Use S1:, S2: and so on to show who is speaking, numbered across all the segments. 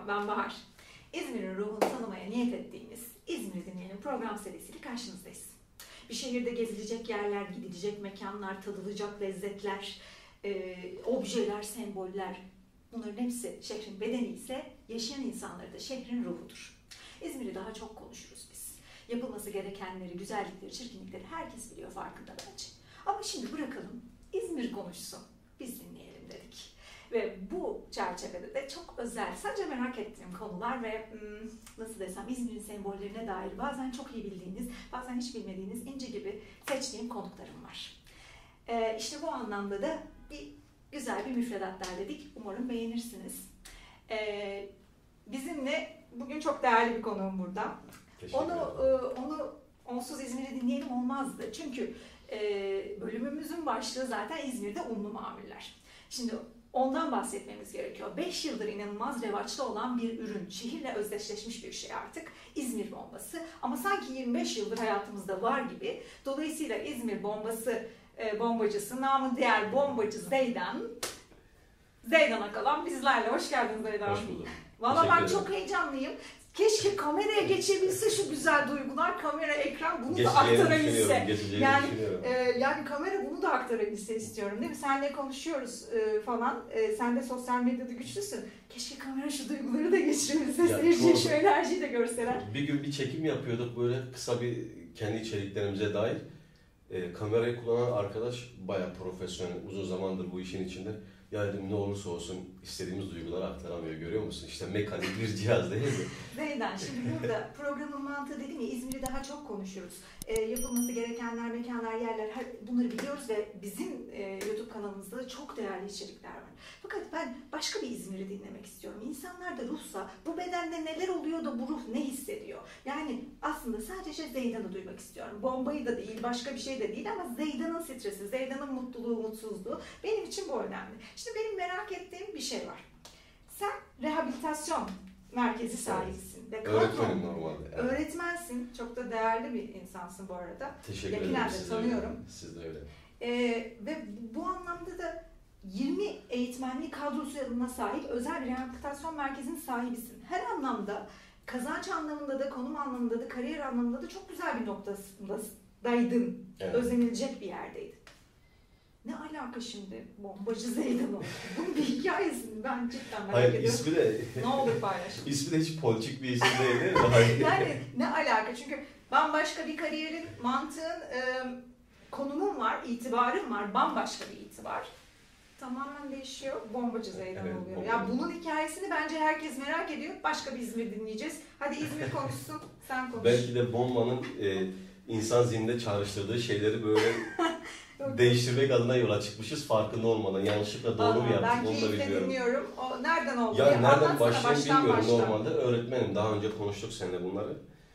S1: ben Bahar. İzmir'in ruhunu tanımaya niyet ettiğimiz İzmir'i Dinleyelim program serisiyle karşınızdayız. Bir şehirde gezilecek yerler, gidilecek mekanlar, tadılacak lezzetler, objeler, semboller, bunların hepsi şehrin bedeni ise yaşayan insanları da şehrin ruhudur. İzmir'i daha çok konuşuruz biz. Yapılması gerekenleri, güzellikleri, çirkinlikleri herkes biliyor, farkında bence. Ama şimdi bırakalım İzmir konuşsun, biz dinleyelim dedik. Ve bu çerçevede de çok özel, sadece merak ettiğim konular ve nasıl desem İzmir'in sembollerine dair bazen çok iyi bildiğiniz, bazen hiç bilmediğiniz inci gibi seçtiğim konuklarım var. İşte bu anlamda da güzel bir müfredat derledik. Umarım beğenirsiniz. Bizimle bugün çok değerli bir konuğum burada. Onsuz İzmir'i dinleyelim olmazdı. Çünkü bölümümüzün başlığı zaten İzmir'de unlu mamuller. Şimdi ondan bahsetmemiz gerekiyor. 5 yıldır inanılmaz revaçta olan bir ürün, şehirle özdeşleşmiş bir şey artık. İzmir bombası. Ama sanki 25 yıldır hayatımızda var gibi. Dolayısıyla İzmir bombası, bombacısı, namı diğer bombacı Zeydan Akalan bizlerle. Hoş geldin Zeydan.
S2: Hoş bulduk.
S1: Valla ben çok heyecanlıyım. Keşke kameraya geçebilse şu güzel duygular, kamera, ekran bunu da aktarabilse. Yani kamera bunu da aktarabilse istiyorum değil mi? Seninle konuşuyoruz falan. Sen de sosyal medyada güçlüsün. Keşke kamera şu duyguları da geçirebilse, seyirciye şu enerjiyi de görseler.
S2: Bir gün bir çekim yapıyorduk böyle kısa bir kendi içeriklerimize dair. Kamerayı kullanan arkadaş bayağı profesyonel, uzun zamandır bu işin içinde. Ya dedim ne olursa olsun istediğimiz duyguları aktaramıyor, görüyor musun? İşte mekanik bir cihaz değil mi?
S1: Zeydan, şimdi burada programın mantığı dedim ya, İzmir'i daha çok konuşuruz. Yapılması gerekenler, mekanlar, yerler, bunları biliyoruz ve bizim YouTube kanalımızda da çok değerli içerikler var. Fakat ben başka bir İzmir'i dinlemek istiyorum. İnsanlar da ruhsa bu bedende neler oluyor da bu ruh ne hissediyor? Yani aslında sadece Zeydan'ı duymak istiyorum. Bombayı da değil, başka bir şey de değil ama Zeydan'ın stresi, Zeydan'ın mutluluğu, mutsuzluğu benim için bu önemli. Şimdi benim merak ettiğim bir şey var. Sen rehabilitasyon merkezi sahibisin.
S2: Evet. Öğretmenim normalde.
S1: Evet. Öğretmensin. Çok da değerli bir insansın bu arada.
S2: Teşekkür ederim.
S1: Yakinen de tanıyorum.
S2: Siz de öyle.
S1: Ve bu anlamda da 20 eğitmenli kadrosuna sahip özel bir rehabilitasyon merkezinin sahibisin. Her anlamda, kazanç anlamında da, konum anlamında da, kariyer anlamında da çok güzel bir noktasındaydın. Evet. Özenilecek bir yerdeydin. Ne alaka şimdi bombacı Zeydan oldu? Bunun bir hikayesini ben cidden merak ediyorum.
S2: İsmi de...
S1: Ne olur paylaş.
S2: İsmi de hiç politik bir isim değil.
S1: Yani ne alaka? Çünkü bambaşka bir kariyerin, mantığın, konumun var, itibarın var. Bambaşka bir itibar. Tamamen değişiyor. Bombacı Zeydan oluyor. Bombacı. Ya bunun hikayesini bence herkes merak ediyor. Başka bir İzmir dinleyeceğiz. Hadi İzmir konuşsun, sen konuş.
S2: Belki de bombanın insan zihninde çağrıştırdığı şeyleri böyle... değiştirmek adına yola çıkmışız farkında olmadan. Yanlışlıkla doğru mu yaptık onu da bilmiyorum. Ben keyifle
S1: dinliyorum. O nereden oldu?
S2: Ya nereden başlayayım bilmiyorum normalde. Öğretmenim. Daha önce konuştuk seninle bunları.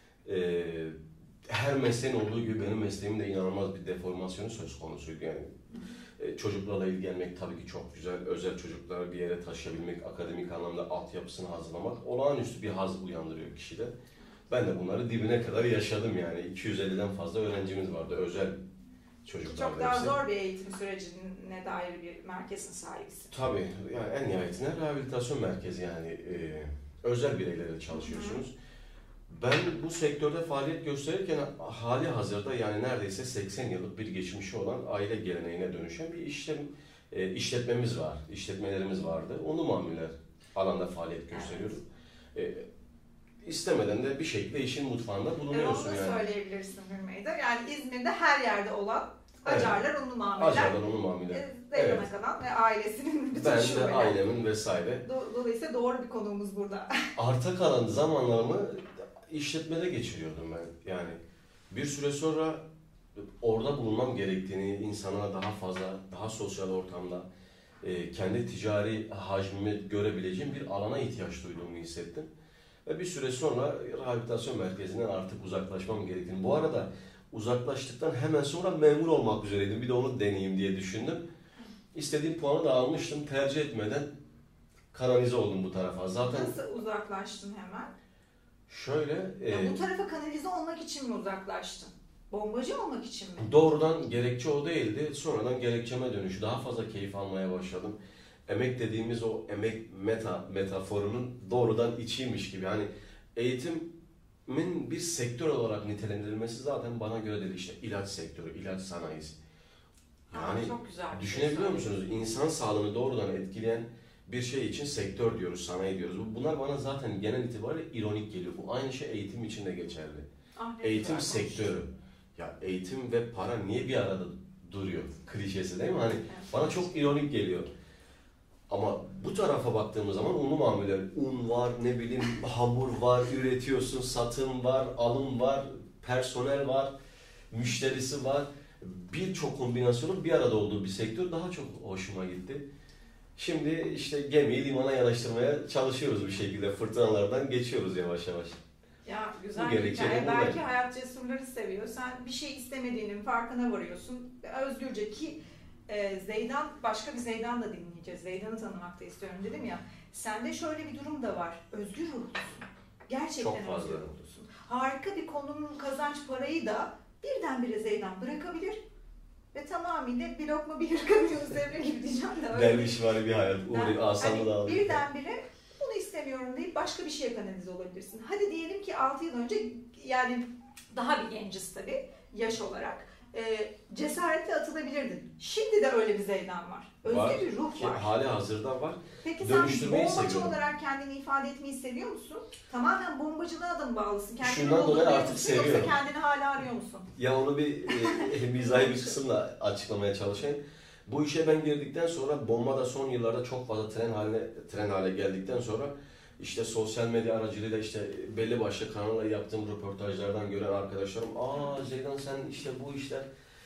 S2: Her mesleğin olduğu gibi benim mesleğimin de inanılmaz bir deformasyonu söz konusuydu yani. Çocuklarla ilgilenmek tabii ki çok güzel. Özel çocukları bir yere taşıyabilmek, akademik anlamda altyapısını hazırlamak olağanüstü bir haz uyandırıyor kişide. Ben de bunları dibine kadar yaşadım yani. 250'den fazla öğrencimiz vardı. Özel çocuklar.
S1: Çok daha zor bir eğitim sürecine dair bir merkezin sahibisin.
S2: Tabii. Yani en nihayetinde rehabilitasyon merkezi yani. Özel bireylerle çalışıyorsunuz. Hı-hı. Ben bu sektörde faaliyet gösterirken hali hazırda yani neredeyse 80 yıllık bir geçmişi olan aile geleneğine dönüşen bir işletmemiz var. İşletmelerimiz vardı. Unlu mamuller alanda faaliyet gösteriyoruz. İstemeden de bir şekilde işin mutfağında bulunuyorsun
S1: yani.
S2: Onu
S1: da söyleyebilirsin Hürmeyde. Yani İzmir'de her yerde olan Acarlar, unlu mamuller.
S2: Acarlar, unlu mamuller.
S1: Zeydan Akalan ve ailesinin bütün
S2: şubeler. Ben de ailemin vesaire.
S1: Dolayısıyla doğru bir konuğumuz burada.
S2: Arta kalan zamanlarımı işletmede geçiriyordum ben. Yani bir süre sonra orada bulunmam gerektiğini, insana daha fazla, daha sosyal ortamda kendi ticari hacmimi görebileceğim bir alana ihtiyaç duyduğumu hissettim. Ve bir süre sonra rehabilitasyon merkezinden artık uzaklaşmam gerektiğini. Bu arada uzaklaştıktan hemen sonra memur olmak üzereydim. Bir de onu deneyeyim diye düşündüm. İstediğim puanı da almıştım. Tercih etmeden kanalize oldum bu tarafa. Zaten
S1: nasıl uzaklaştın hemen?
S2: Şöyle...
S1: bu tarafa kanalize olmak için mi uzaklaştın? Bombacı olmak için mi?
S2: Doğrudan gerekçe o değildi. Sonradan gerekçeme dönüşü. Daha fazla keyif almaya başladım. emek dediğimiz o emek metaforunun doğrudan içiymiş gibi. Hani eğitimin bir sektör olarak nitelendirilmesi zaten bana göre değil. İşte ilaç sektörü, ilaç sanayisi. Yani
S1: çok güzel bir
S2: düşünebiliyor musunuz? İnsan sağlığını doğrudan etkileyen bir şey için sektör diyoruz, sanayi diyoruz. Bunlar bana zaten genel itibariyle ironik geliyor. Bu aynı şey eğitim için de geçerli. Eğitim sektörü. Ya eğitim ve para niye bir arada duruyor? Klişesi değil mi? Hani bana çok ironik geliyor. Ama bu tarafa baktığımız zaman unlu mamuller, un var, ne bileyim hamur var, üretiyorsun, satım var, alım var, personel var, müşterisi var. Birçok kombinasyonun bir arada olduğu bir sektör daha çok hoşuma gitti. Şimdi işte gemiyi limana yanaştırmaya çalışıyoruz bir şekilde. Fırtınalardan geçiyoruz yavaş yavaş.
S1: Ya güzel bir hikaye. Belki hayat cesurları seviyor. Sen bir şey istemediğinin farkına varıyorsun. Özgürce ki Zeydan, başka bir Zeydan da dinleyeceğiz. Zeydan'ı tanımak da istiyorum dedim ya. Sende şöyle bir durum da var. Özgür ruhlusun. Gerçekten özgür ruhlusun. Harika bir konunun kazanç parayı da birdenbire Zeydan bırakabilir. Ve tamamıyla bir lokma bir hırka bir Yunus Emre gibi diyeceğim de.
S2: Derviş var bir hayat. Asamı da alıyor.
S1: Birdenbire bunu istemiyorum deyip başka bir şeye kanalize olabilirsin. Hadi diyelim ki 6 yıl önce, yani daha bir genciz tabii yaş olarak, cesaretle atılabilirdin. Şimdi de öyle bir Zeydan var. Özgür bir ruh var.
S2: Hali hazırda var.
S1: Peki sen bombacı olarak kendini ifade etmeyi seviyor musun? Tamamen bombacılığa da mı bağlısın?
S2: Şundan dolayı artık seviyorum.
S1: Yoksa kendini hala arıyor musun?
S2: Ya onu bir mizahi bir kısımla açıklamaya çalışayım. Bu işe ben girdikten sonra bomba da son yıllarda çok fazla tren hale geldikten sonra işte sosyal medya aracılığıyla işte belli başlı kanallara yaptığım röportajlardan gören arkadaşlarım, Zeydan sen işte bu işler,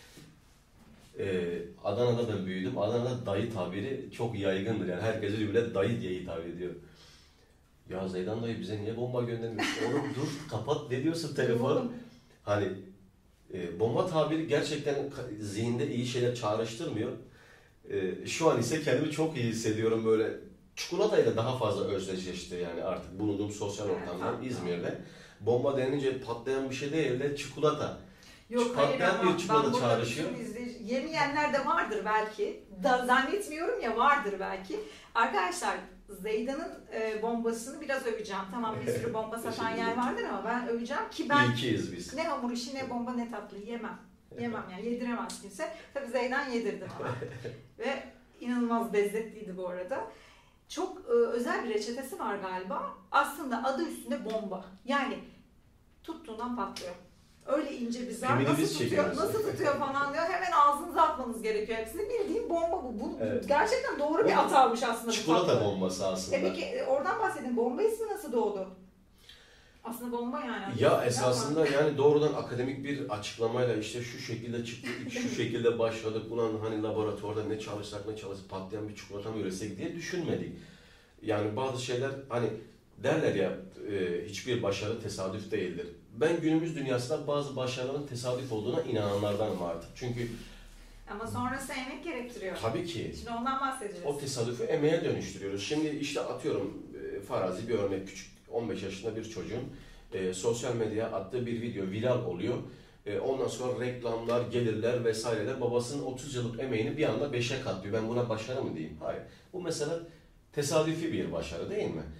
S2: Adana'da da büyüdüm. Adana'da dayı tabiri çok yaygındır. Yani herkese bile dayı diye hitap ediyor. Ya Zeydan dayı bize niye bomba göndermiyor? Oğlum dur kapat, ne diyorsun telefonu? Hani bomba tabiri gerçekten zihinde iyi şeyler çağrıştırmıyor. Şu an ise kendimi çok iyi hissediyorum böyle. Çikolatayla daha fazla özdeşleşti yani artık bulunduğum sosyal ortamda İzmir'de. Bomba denince patlayan bir şey değil de çikolata.
S1: Yok,
S2: patlayan bir çikolata çağrışıyor.
S1: Yemeyenler de vardır belki. Zannetmiyorum ya, vardır belki. Arkadaşlar Zeydan'ın bombasını biraz öveceğim. Tamam, bir sürü bomba satan yer vardır ama ben öveceğim ki ben
S2: İlkiyiz biz.
S1: Ne hamur işi ne bomba ne tatlı yemem. Yemem yani, yediremez kimse. Tabii Zeydan yedirdi bana. Ve inanılmaz lezzetliydi bu arada. Çok özel bir reçetesi var galiba. Aslında adı üstünde bomba. Yani tuttuğundan patlıyor. Öyle ince bir zar, nasıl tutuyor falan diyor. Hemen ağzınıza atmanız gerekiyor hepsini. Bildiğin bomba bu. Bu evet. Gerçekten doğru bir atarmış aslında.
S2: Çikolata bombası aslında.
S1: Peki oradan bahsedin. Bomba ismi nasıl doğdu? Aslında bomba yani.
S2: Ya esasında yani doğrudan akademik bir açıklamayla işte şu şekilde çıktı, şu şekilde başladık. Ulan hani laboratuvarda ne çalışsak patlayan bir çikolata mı üretsek diye düşünmedik. Yani bazı şeyler hani derler ya hiçbir başarı tesadüf değildir. Ben günümüz dünyasında bazı başarıların tesadüf olduğuna inananlardanım artık. Çünkü
S1: ama sonrası emek gerektiriyor.
S2: Tabii ki.
S1: Şimdi ondan bahsedeceğiz.
S2: O tesadüfü emeğe dönüştürüyoruz. Şimdi işte atıyorum farazi bir örnek, küçük 15 yaşında bir çocuğun sosyal medyaya attığı bir video viral oluyor. Ondan sonra reklamlar, gelirler vesaireler babasının 30 yıllık emeğini bir anda 5'e katlıyor. Ben buna başarı mı diyeyim? Hayır. Bu mesela tesadüfi bir başarı değil mi?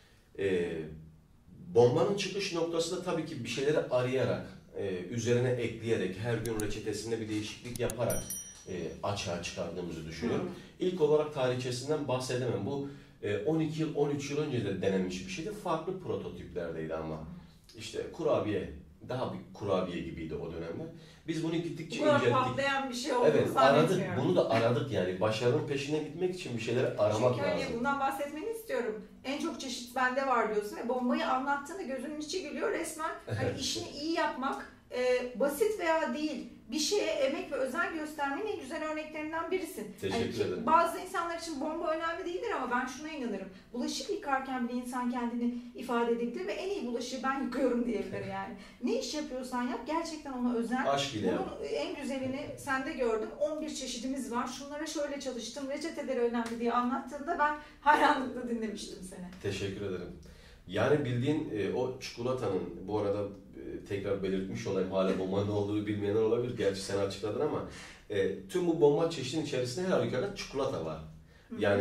S2: Bombanın çıkış noktası da tabii ki bir şeyleri arayarak, üzerine ekleyerek, her gün reçetesinde bir değişiklik yaparak açığa çıkardığımızı düşünüyorum. İlk olarak tarihçesinden bahsedemem. Bu 12 yıl, 13 yıl önce de denenmiş bir şeydi. Farklı prototiplerdeydi ama. İşte kurabiye, daha bir kurabiye gibiydi o dönemde. Biz bunu gittikçe incelettik.
S1: Patlayan bir şey olduğunu
S2: evet, aradık. Bunu da aradık yani. Başarının peşine gitmek için bir şeyleri aramak
S1: çünkü
S2: lazım.
S1: Çünkü bundan bahsetmeni istiyorum. En çok çeşit bende var diyorsun ve bombayı anlattığında gözünün içi gülüyor resmen. Hani işini iyi yapmak, basit veya değil, bir şeye emek ve özen göstermenin en güzel örneklerinden birisin.
S2: Teşekkür ederim.
S1: Bazı insanlar için bomba önemli değildir ama ben şuna inanırım. Bulaşık yıkarken bir insan kendini ifade edebilir ve en iyi bulaşığı ben yıkıyorum diyebilir yani. Ne iş yapıyorsan yap, gerçekten ona özen.
S2: Aşk ile yap.
S1: Bunun en güzelini sende gördüm. 11 çeşidimiz var. Şunlara şöyle çalıştım, reçeteleri önemli diye anlattığında ben hayranlıkla dinlemiştim seni.
S2: Teşekkür ederim. Yani bildiğin o çikolatanın, bu arada tekrar belirtmiş olayım, hala bomba ne olduğunu bilmeyenler olabilir. Gerçi sen açıkladın ama tüm bu bomba çeşidinin içerisinde her halükarda çikolata var. Yani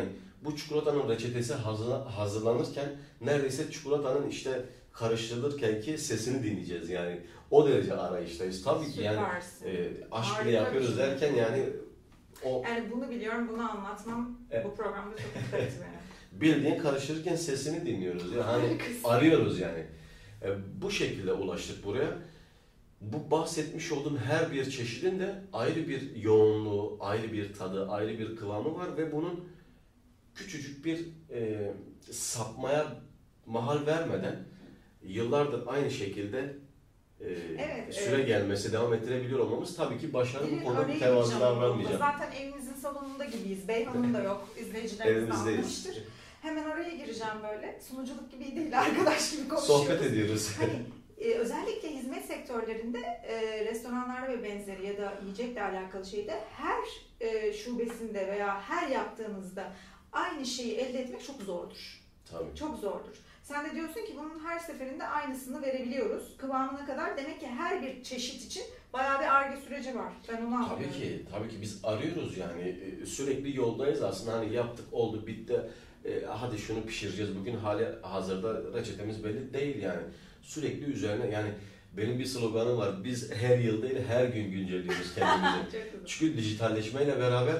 S2: bu çikolatanın reçetesi hazırlanırken neredeyse çikolatanın işte karıştırılırken ki sesini dinleyeceğiz yani. O derece arayıştayız. Tabii ki yani aşk bile yapıyoruz derken yani o...
S1: Yani bunu biliyorum, bunu anlatmam bu programda çok mutlu etti beni.
S2: Bildiğin karıştırırken sesini dinliyoruz. Yani hani arıyoruz yani. Bu şekilde ulaştık buraya. Bu bahsetmiş olduğum her bir çeşidin de ayrı bir yoğunluğu, ayrı bir tadı, ayrı bir kıvamı var ve bunun küçücük bir sapmaya mahal vermeden yıllardır aynı şekilde süre gelmesi, devam ettirebiliyor olmamız tabii ki başarı. Bu konuda mütevazı davranmayacağım.
S1: Zaten evimizin salonunda gibiyiz. Beyhan'ın da yok. İzleyicilerimiz anlamıştır. Hemen oraya gireceğim böyle. Sunuculuk gibi değil, arkadaş gibi konuşuyoruz.
S2: Sohbet ediyoruz.
S1: Hani özellikle hizmet sektörlerinde restoranlar ve benzeri ya da yiyecekle alakalı şeyde her şubesinde veya her yaptığınızda aynı şeyi elde etmek çok zordur.
S2: Tabii.
S1: Çok zordur. Sen de diyorsun ki bunun her seferinde aynısını verebiliyoruz. Kıvamına kadar. Demek ki her bir çeşit için bayağı bir Ar-Ge süreci var. Ben onu anlıyorum.
S2: Tabii ki biz arıyoruz yani. Sürekli yoldayız aslında. Hani yaptık, oldu, bitti. Hadi şunu pişireceğiz. Bugün hali hazırda reçetemiz belli değil yani. Sürekli üzerine yani benim bir sloganım var. Biz her yıl değil her gün güncelliyoruz kendimizi. Çünkü dijitalleşmeyle beraber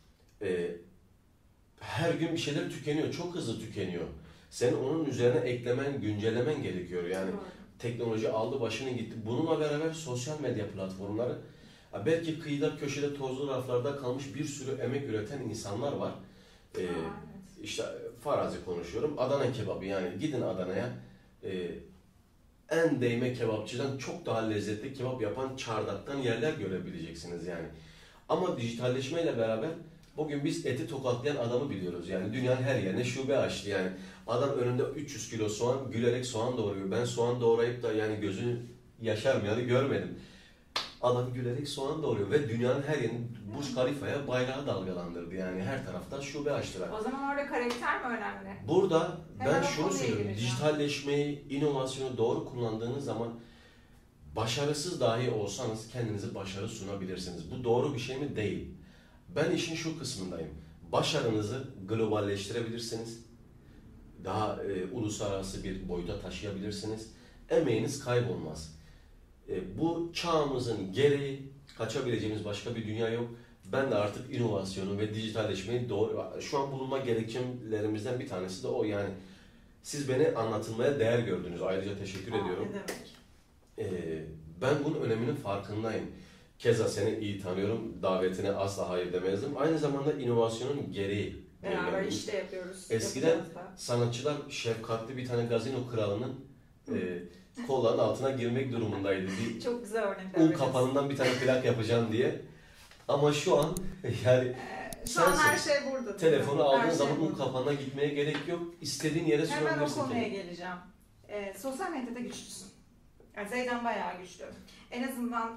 S2: her gün bir şeyler tükeniyor. Çok hızlı tükeniyor. Senin onun üzerine eklemen, güncellemen gerekiyor. Yani teknoloji aldı başını gitti. Bununla beraber sosyal medya platformları, belki kıyıda köşede tozlu raflarda kalmış bir sürü emek üreten insanlar var. İşte farazi konuşuyorum. Adana kebabı yani gidin Adana'ya en değme kebapçıdan çok daha lezzetli kebap yapan çardaktan yerler görebileceksiniz yani. Ama dijitalleşmeyle beraber bugün biz eti tokatlayan adamı biliyoruz yani dünyanın her yerine şube açtı yani. Adam önünde 300 kilo soğan gülerek soğan doğruyor. Ben soğan doğrayıp da yani gözünü yaşarmayanı görmedim. Adam gülerek soğan doğruyor ve dünyanın her yerine Burj Khalifa'ya bayrağı dalgalandırdı yani her tarafta şube açtılar.
S1: O zaman orada karakter mi önemli?
S2: Burada ben şunu söylüyorum, dijitalleşmeyi, inovasyonu doğru kullandığınız zaman başarısız dahi olsanız kendinize başarı sunabilirsiniz. Bu doğru bir şey mi? Değil. Ben işin şu kısmındayım. Başarınızı globalleştirebilirsiniz. Daha uluslararası bir boyuta taşıyabilirsiniz. Emeğiniz kaybolmaz. Bu çağımızın gereği, kaçabileceğimiz başka bir dünya yok. Ben de artık inovasyonu ve dijitalleşmeyi şu an bulunma gerekçelerimizden bir tanesi de o yani. Siz beni anlatılmaya değer gördünüz. Ayrıca teşekkür ediyorum.
S1: Ne demek?
S2: Ben bunun öneminin farkındayım. Keza seni iyi tanıyorum. Davetine asla hayır demezdim. Aynı zamanda inovasyonun gereği.
S1: Beraber işte yapıyoruz.
S2: Eskiden sanatçılar şefkatli bir tane gazino kralının kollarının altına girmek durumundaydı.
S1: Çok güzel örnekler.
S2: Un kapanından bir tane plak yapacağım diye. Ama şu an yani
S1: şu an her şey burada.
S2: Telefonu aldığın zaman un kapanına gitmeye gerek yok. İstediğin yere sürabilirsin.
S1: Hemen o konuya geleceğim. Sosyal medyada güçlüsün. Yani Zeydan bayağı güçlü. En azından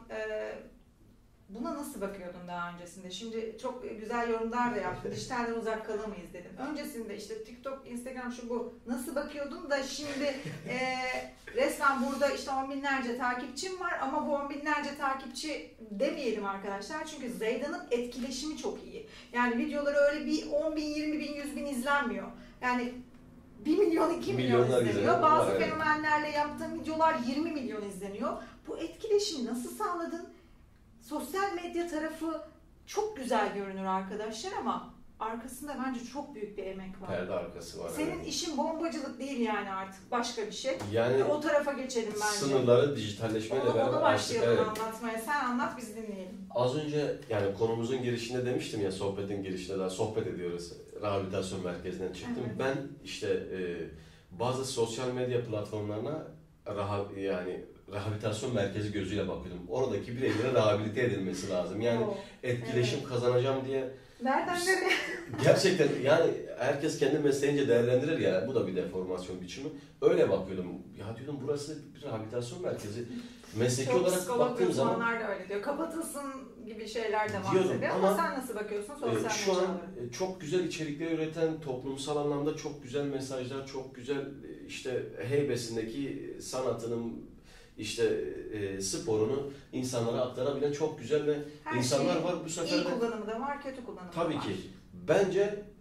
S1: buna nasıl bakıyordun daha öncesinde? Şimdi çok güzel yorumlar da yaptın. Dijitalden uzak kalamayız dedim. Öncesinde işte TikTok, Instagram şu bu nasıl bakıyordun da şimdi resmen burada işte 10 binlerce takipçim var ama bu 10 binlerce takipçi demeyelim arkadaşlar. Çünkü Zeydan'ın etkileşimi çok iyi. Yani videoları öyle bir 10 bin, 20 bin, 100 bin izlenmiyor. Yani 1 milyon, 2 milyon izleniyor. Bazı fenomenlerle yaptığım videolar 20 milyon izleniyor. Bu etkileşimi nasıl sağladın? Sosyal medya tarafı çok güzel görünür arkadaşlar ama arkasında bence çok büyük bir emek var.
S2: Perde arkası var.
S1: Senin işin bombacılık değil yani artık başka bir şey.
S2: Yani
S1: o tarafa geçelim bence.
S2: Sınırları dijitalleşmeyle beraber
S1: onu başlayalım anlatmaya. Sen anlat biz dinleyelim.
S2: Az önce yani konumuzun girişinde demiştim ya sohbetin girişinde daha sohbet ediyoruz. Rehabilitasyon merkezinden çıktım. Evet. Ben işte bazı sosyal medya platformlarına rehabilitasyon merkezi gözüyle bakıyordum. Oradaki bireylere rehabilite edilmesi lazım. Yani etkileşim kazanacağım diye.
S1: Nereden nereye?
S2: Gerçekten yani herkes kendi mesleğince değerlendirir ya. Bu da bir deformasyon biçimi. Öyle bakıyordum. Ya diyordum burası bir rehabilitasyon merkezi. Mesleki
S1: çok
S2: olarak baktığım zaman.
S1: Çok da öyle diyor. Kapatılsın gibi şeyler de bahsediyor ama sen nasıl bakıyorsun sosyal medyada?
S2: Şu an çok güzel içerikler üreten, toplumsal anlamda çok güzel mesajlar, çok güzel işte heybesindeki sanatının işte sporunu insanlara aktarabilen çok güzel ve insanlar var bu sefer de.
S1: İyi kullanımı da var, kötü kullanımı da var.
S2: Tabii ki. Bence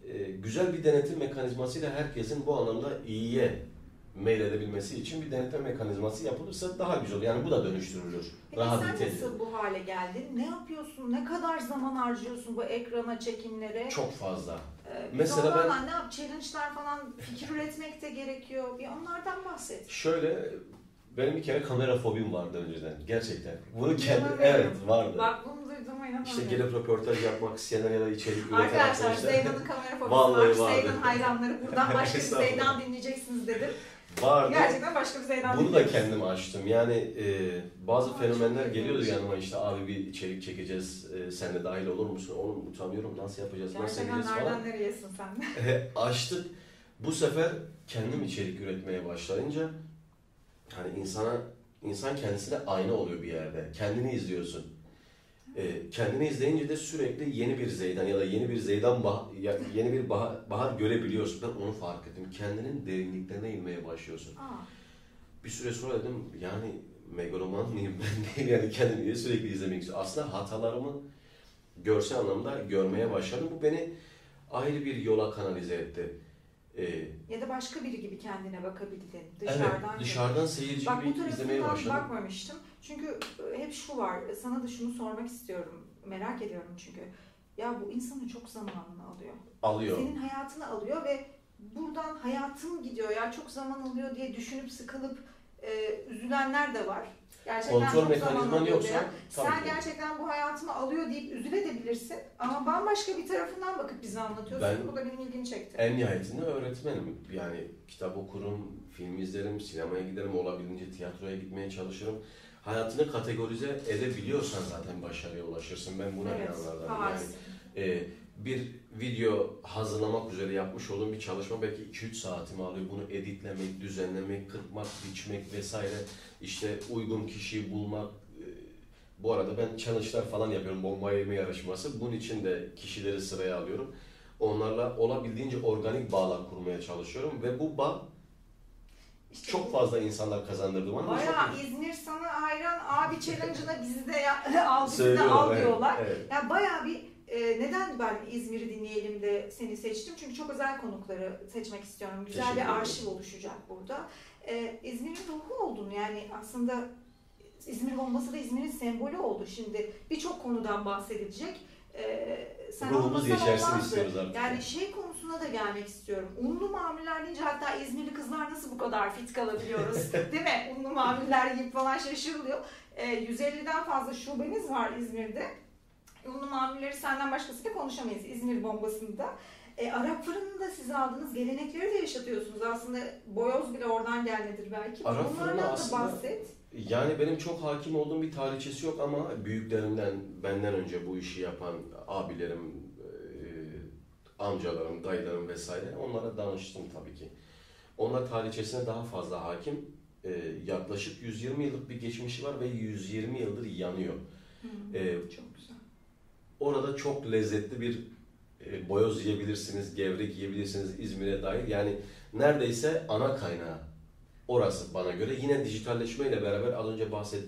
S2: güzel bir denetim mekanizmasıyla herkesin bu anlamda iyiye meyledebilmesi için bir denetim mekanizması yapılırsa daha güzel olur. Yani bu da dönüştürülür.
S1: Peki
S2: Rehabilite
S1: sen nasıl bu hale geldin? Ne yapıyorsun? Ne kadar zaman harcıyorsun bu ekrana, çekimlere?
S2: çok fazla.
S1: Mesela
S2: Mesela ben
S1: ne yap? Challenge'lar falan, fikir üretmek de gerekiyor. Bir onlardan bahset.
S2: şöyle, benim bir kere kamera fobim vardı önceden. Gerçekten. Bunu
S1: İnanamıyorum.
S2: evet vardı.
S1: Bak bunu duyduğuma inanamıyorum.
S2: İşte gelip röportaj yapmak, senaryo ya da içerik üreten
S1: Arkadaşlar Zeydan'ın kamera fobisi
S2: Vallahi
S1: var.
S2: vardı.
S1: Zeydan hayranları buradan başka bir
S2: Estağfurullah.
S1: Zeydan dinleyeceksiniz dedim.
S2: vardı.
S1: Gerçekten başka bir Zeydan
S2: Bunu da
S1: dinliyoruz.
S2: kendim açtım. Yani bazı
S1: Aa,
S2: fenomenler
S1: çok
S2: geliyordu
S1: ilginç.
S2: yanıma, işte abi bir içerik çekeceğiz, sen de dahil olur musun? Oğlum utanıyorum, nasıl yapacağız, nasıl
S1: Gerçekten
S2: edeceğiz falan.
S1: nereden nereyesin sen?
S2: Açtık. Bu sefer kendim içerik üretmeye başlayınca hani insan kendisine ayna oluyor bir yerde. Kendini izliyorsun. Kendini izleyince de sürekli yeni bir Zeydan ya da yeni bir yeni bir bahar görebiliyorsun. Ben onu fark ettim. Kendinin derinliklerine inmeye başlıyorsun.
S1: Aa,
S2: Bir süre sonra dedim yani megaloman mıyım ben değil, yani kendimi sürekli izlemek istiyorum. Aslında hatalarımı görsel anlamda görmeye başladım. Bu beni ayrı bir yola kanalize etti.
S1: ya da başka biri gibi kendine bakabildin.
S2: Evet, dışarıdan seyirci
S1: Bak bu
S2: gibi izlemeye
S1: tarafından
S2: başladım.
S1: bakmamıştım. Çünkü hep şu var, sana da şunu sormak istiyorum. Merak ediyorum çünkü. Ya bu insanın çok zamanını alıyor.
S2: Alıyor.
S1: Senin hayatını alıyor ve buradan hayatım gidiyor ya çok zaman alıyor diye düşünüp sıkılıp üzülenler de var. Gerçekten
S2: Kontrol
S1: çok zaman
S2: mekanizman
S1: alıyor
S2: yoksa
S1: diye.
S2: tabii
S1: Sen
S2: ki.
S1: gerçekten bu hayatımı alıyor deyip üzülebilirsin ama bambaşka bir tarafından bakıp bize anlatıyorsun. Bu da benim ilgimi çekti.
S2: En nihayetinde öğretmenim. Yani kitap okurum, film izlerim, sinemaya giderim, olabildiğince tiyatroya gitmeye çalışırım. Hayatını kategorize edebiliyorsan zaten başarıya ulaşırsın. Ben buna inananlardanım. Yani
S1: harikasın.
S2: bir video hazırlamak üzere yapmış olduğum bir çalışma belki 2-3 saatimi alıyor. Bunu editlemek, düzenlemek, kırpmak, biçmek vesaire. İşte uygun kişiyi bulmak. Bu arada ben challenge'lar falan yapıyorum. Bomba yeme yarışması. Bunun için de kişileri sıraya alıyorum. Onlarla olabildiğince organik bağlar kurmaya çalışıyorum ve bu bağ
S1: İşte
S2: çok fazla insanlar kazandırdı bana.
S1: bayağı İzmir sana hayran abi challenge'ına bizi de al, bizi de
S2: Söylüyorlar,
S1: al
S2: evet,
S1: diyorlar.
S2: evet.
S1: Ya bayağı bir neden ben İzmir'i dinleyelim de seni seçtim? Çünkü çok özel konukları seçmek istiyorum. Güzel
S2: Teşekkür
S1: bir
S2: ederim.
S1: arşiv oluşacak burada. İzmir'in ruhu oldun yani aslında İzmir bombası da İzmir'in sembolü oldu. Şimdi birçok konudan bahsedilecek. Sen
S2: Ruhumuz
S1: olmasan
S2: yeşersin
S1: olmazdı.
S2: istiyoruz artık.
S1: Yani şey konusuna da gelmek istiyorum. Unlu mamuller deyince hatta İzmirli kızlar nasıl bu kadar fit kalabiliyoruz değil mi? Unlu mamuller yiyip falan şaşırılıyor. 150'den fazla şubeniz var İzmir'de. Unlu mamulleri senden başkasıyla konuşamayız İzmir bombasında. Arap fırınını da siz aldınız. Gelenekleri de yaşatıyorsunuz. Aslında boyoz bile oradan gelmedir belki.
S2: Arap fırını
S1: Bunlardan da
S2: aslında-
S1: bahset.
S2: Yani benim çok hakim olduğum bir tarihçesi yok ama büyüklerimden, benden önce bu işi yapan abilerim, amcalarım, dayılarım vesaire onlara danıştım tabii ki. Onlar tarihçesine daha fazla hakim. Yaklaşık 120 yıllık bir geçmişi var ve 120 yıldır yanıyor.
S1: Çok güzel.
S2: Orada çok lezzetli bir boyoz yiyebilirsiniz, gevrek yiyebilirsiniz İzmir'e dair. Yani neredeyse ana kaynağı orası bana göre. Yine dijitalleşmeyle beraber az önce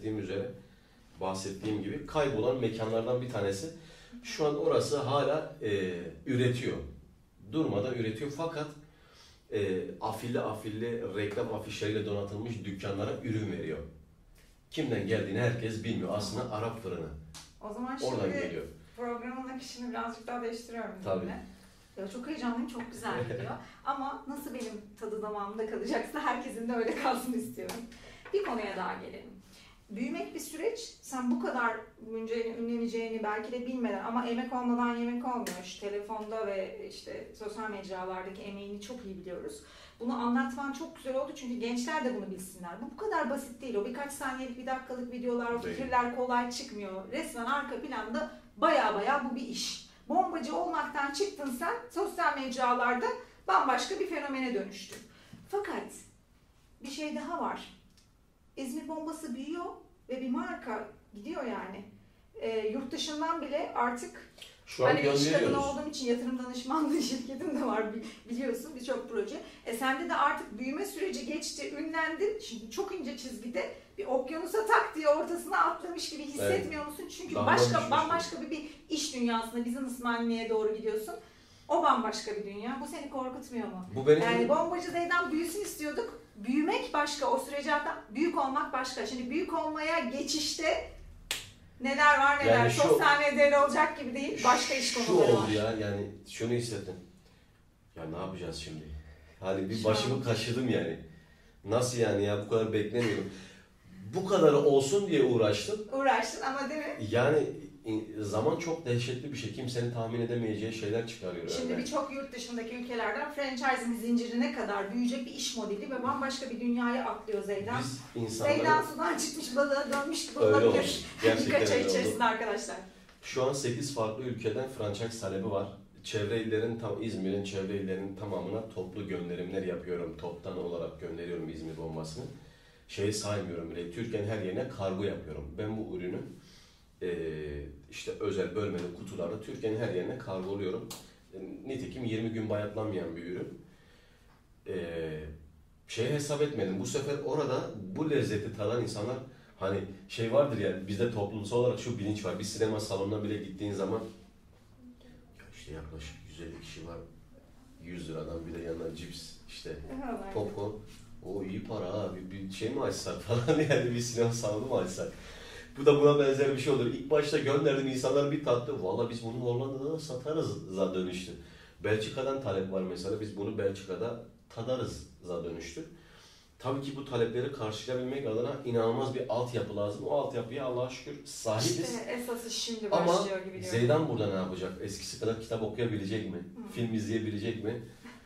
S2: bahsettiğim gibi kaybolan mekanlardan bir tanesi. Şu an orası hala üretiyor. Durmadan üretiyor fakat afilli reklam afişleriyle donatılmış dükkanlara ürün veriyor. Kimden geldiğini herkes bilmiyor. Aslında Arap fırını.
S1: O zaman
S2: Oradan
S1: şimdi
S2: geliyor.
S1: programın akışını birazcık daha değiştiriyorum.
S2: Tabii.
S1: yine. Ya çok heyecanlıyım, çok güzel geliyor. Ama nasıl benim tadı damağımda kalacaksa herkesin de öyle kalsın istiyorum. Bir konuya daha gelelim. Büyümek bir süreç. Sen bu kadar büyüyeceğini, ünleneceğini belki de bilmeden ama emek olmadan yemek olmuyor. Şu telefonda ve işte sosyal mecralardaki emeğini çok iyi biliyoruz. Bunu anlatman çok güzel oldu çünkü gençler de bunu bilsinler. Bu kadar basit değil. O birkaç saniyelik, bir dakikalık videolar, o
S2: Değil.
S1: fikirler kolay çıkmıyor. Resmen arka planda baya bu bir iş. Bombacı olmaktan çıktın sen, sosyal mecralarda bambaşka bir fenomene dönüştün. Fakat bir şey daha var. İzmir bombası büyüyor ve bir marka gidiyor yani. Yurt dışından bile artık
S2: Şu an
S1: hani iş kadını
S2: gönderiyoruz.
S1: olduğum için yatırım danışmanlığı şirketim de var biliyorsun birçok proje. Sende de artık büyüme süreci geçti, ünlendin. Şimdi çok ince çizgide bir okyanusa tak diye ortasına atlamış gibi hissetmiyor musun? Çünkü
S2: Daha düşmüş
S1: bambaşka bir iş dünyasında business manliğe doğru gidiyorsun. O bambaşka bir dünya. Bu seni korkutmuyor mu?
S2: Bu benim...
S1: Yani Bombacı Zeydan büyüsün istiyorduk. Büyümek başka, o sürece büyük olmak başka. Şimdi büyük olmaya geçişte neler var neler.
S2: Yani
S1: sosyal medyada olacak gibi değil. Başka iş konuları var.
S2: Şu oldu ya, yani şunu hissettim. Ya ne yapacağız şimdi? Hani bir
S1: Şu
S2: başımı
S1: an.
S2: kaşıdım yani. Nasıl yani ya, bu kadar beklemiyordum. Bu kadarı olsun diye uğraştım.
S1: Uğraştın ama değil mi?
S2: Yani zaman çok dehşetli bir şey. Kimsenin tahmin edemeyeceği şeyler çıkarıyor.
S1: Şimdi
S2: yani.
S1: birçok yurt dışındaki ülkelerden franchising zincirine kadar büyüyecek bir iş modeli ve bambaşka bir dünyaya atlıyor Zeydan.
S2: Biz insanları...
S1: Zeydan sudan çıkmış balığa dönmüş gibi
S2: Öyle oldu.
S1: olabilir.
S2: Gerçekten
S1: Birkaç ay
S2: öyle
S1: içerisinde
S2: oldu.
S1: arkadaşlar.
S2: Şu an 8 farklı ülkeden franchise talebi var. Çevre illerin, İzmir'in çevre illerinin tamamına toplu gönderimler yapıyorum. Toptan olarak gönderiyorum İzmir bombasını. Şeyi saymıyorum bile. Türkiye'nin her yerine kargo yapıyorum. Ben bu ürünü işte özel bölmeli kutularda Türkiye'nin her yerine kargoluyorum. Nitekim 20 gün bayatlanmayan bir ürün. Şeye hesap etmedim. Bu sefer orada bu lezzeti tadan insanlar, hani şey vardır ya, bizde toplumsal olarak şu bilinç var. Bir sinema salonuna bile gittiğin zaman ya işte yaklaşık 150 kişi var. 100 liradan bir de yanına cips, işte popcorn. O iyi para ha. Bir şey mi açsak falan, yani bir sinema salonu mu açsak? Bu da buna benzer bir şey olur. İlk başta gönderdim, insanlar bir tattı. Valla biz bunu Hollanda'da da satarız'a dönüştü. Belçika'dan talep var mesela. Biz bunu Belçika'da tadarız'a dönüştü. Tabii ki bu talepleri karşılayabilmek adına inanılmaz bir altyapı lazım. O altyapıya Allah'a şükür sahibiz.
S1: İşte esası şimdi
S2: Ama
S1: başlıyor gibi diyorum.
S2: Zeydan burada ne yapacak? Eskisi kadar kitap okuyabilecek mi? Film izleyebilecek mi?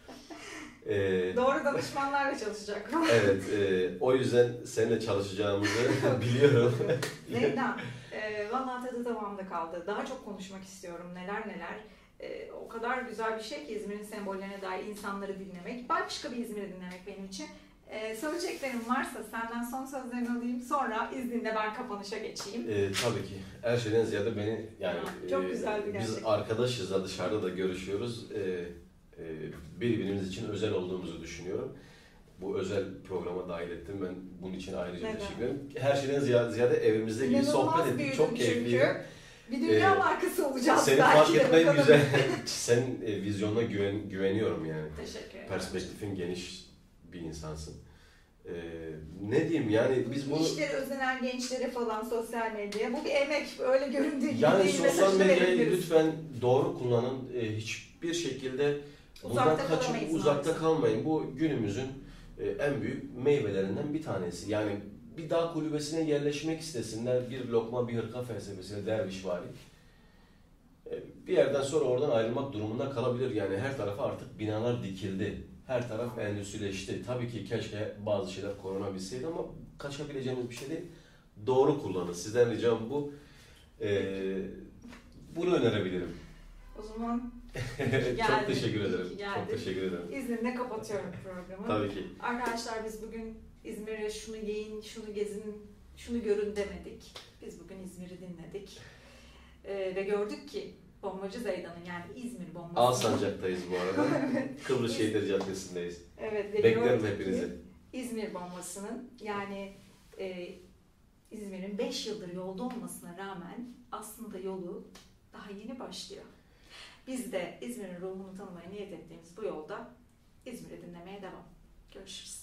S1: Doğru danışmanlarla çalışacak.
S2: Evet, o yüzden seninle çalışacağımızı biliyorum.
S1: Zeydan, vallahi tadı devamında kaldı. Daha çok konuşmak istiyorum. Neler neler. O kadar güzel bir şey ki İzmir'in sembollerine dair insanları dinlemek. Başka bir İzmir'i dinlemek benim için. Söyleyeceklerim varsa senden son sözlerini alayım. Sonra izninle ben kapanışa geçeyim.
S2: Tabii ki. Her şeyden ziyade beni, yani
S1: çok güzeldi
S2: biz
S1: gerçekten.
S2: arkadaşız da, dışarıda da görüşüyoruz. Birbirimiz için özel olduğumuzu düşünüyorum. Bu özel programa dahil ettim. Ben bunun için ayrıca teşekkür ederim. Her şeyden ziyade evimizde gibi sohbet ettik. Çok keyifliydi.
S1: Bir dünya markası olacağız.
S2: Seni fark etmen güzel. Senin vizyonuna güveniyorum yani.
S1: Teşekkür ederim.
S2: Perspektifin geniş bir insansın. Ne diyeyim yani, biz bunu...
S1: İşleri özenen gençlere falan sosyal medyaya. Bu bir emek. Öyle göründüğü gibi
S2: yani
S1: değil.
S2: sosyal medyayı lütfen doğru kullanın. Hiçbir şekilde bundan kaçıp uzakta kalmayın. Bu günümüzün en büyük meyvelerinden bir tanesi. Yani bir dağ kulübesine yerleşmek istesinler, bir lokma bir hırka felsefesine dervişvari. Bir yerden sonra oradan ayrılmak durumunda kalabilir. Yani her tarafa artık binalar dikildi. Her taraf endüstrileşti. Tabii ki keşke bazı şeyler korunabilseydi ama kaçabileceğimiz bir şey değil. Doğru kullanın. Sizden ricam bu. Bunu önerebilirim.
S1: O zaman
S2: çok teşekkür ederim. Çok teşekkür ederim.
S1: İzninle kapatıyorum programı.
S2: Tabii ki.
S1: Arkadaşlar, biz bugün İzmir'e şunu yiyin, şunu gezin, şunu görün demedik. Biz bugün İzmir'i dinledik. Ve gördük ki Bombacı Zeydan'ın, yani İzmir bombası.
S2: Alsancak'tayız bu arada. Kıbrıs Şehitleri Caddesi'ndeyiz.
S1: Evet.
S2: Beklerim hepinizi.
S1: İzmir bombasının, yani İzmir'in 5 yıldır yolda olmasına rağmen aslında yolu daha yeni başlıyor. Biz de İzmir'in ruhunu tanımaya niyet ettiğimiz bu yolda İzmir'i dinlemeye devam. Görüşürüz.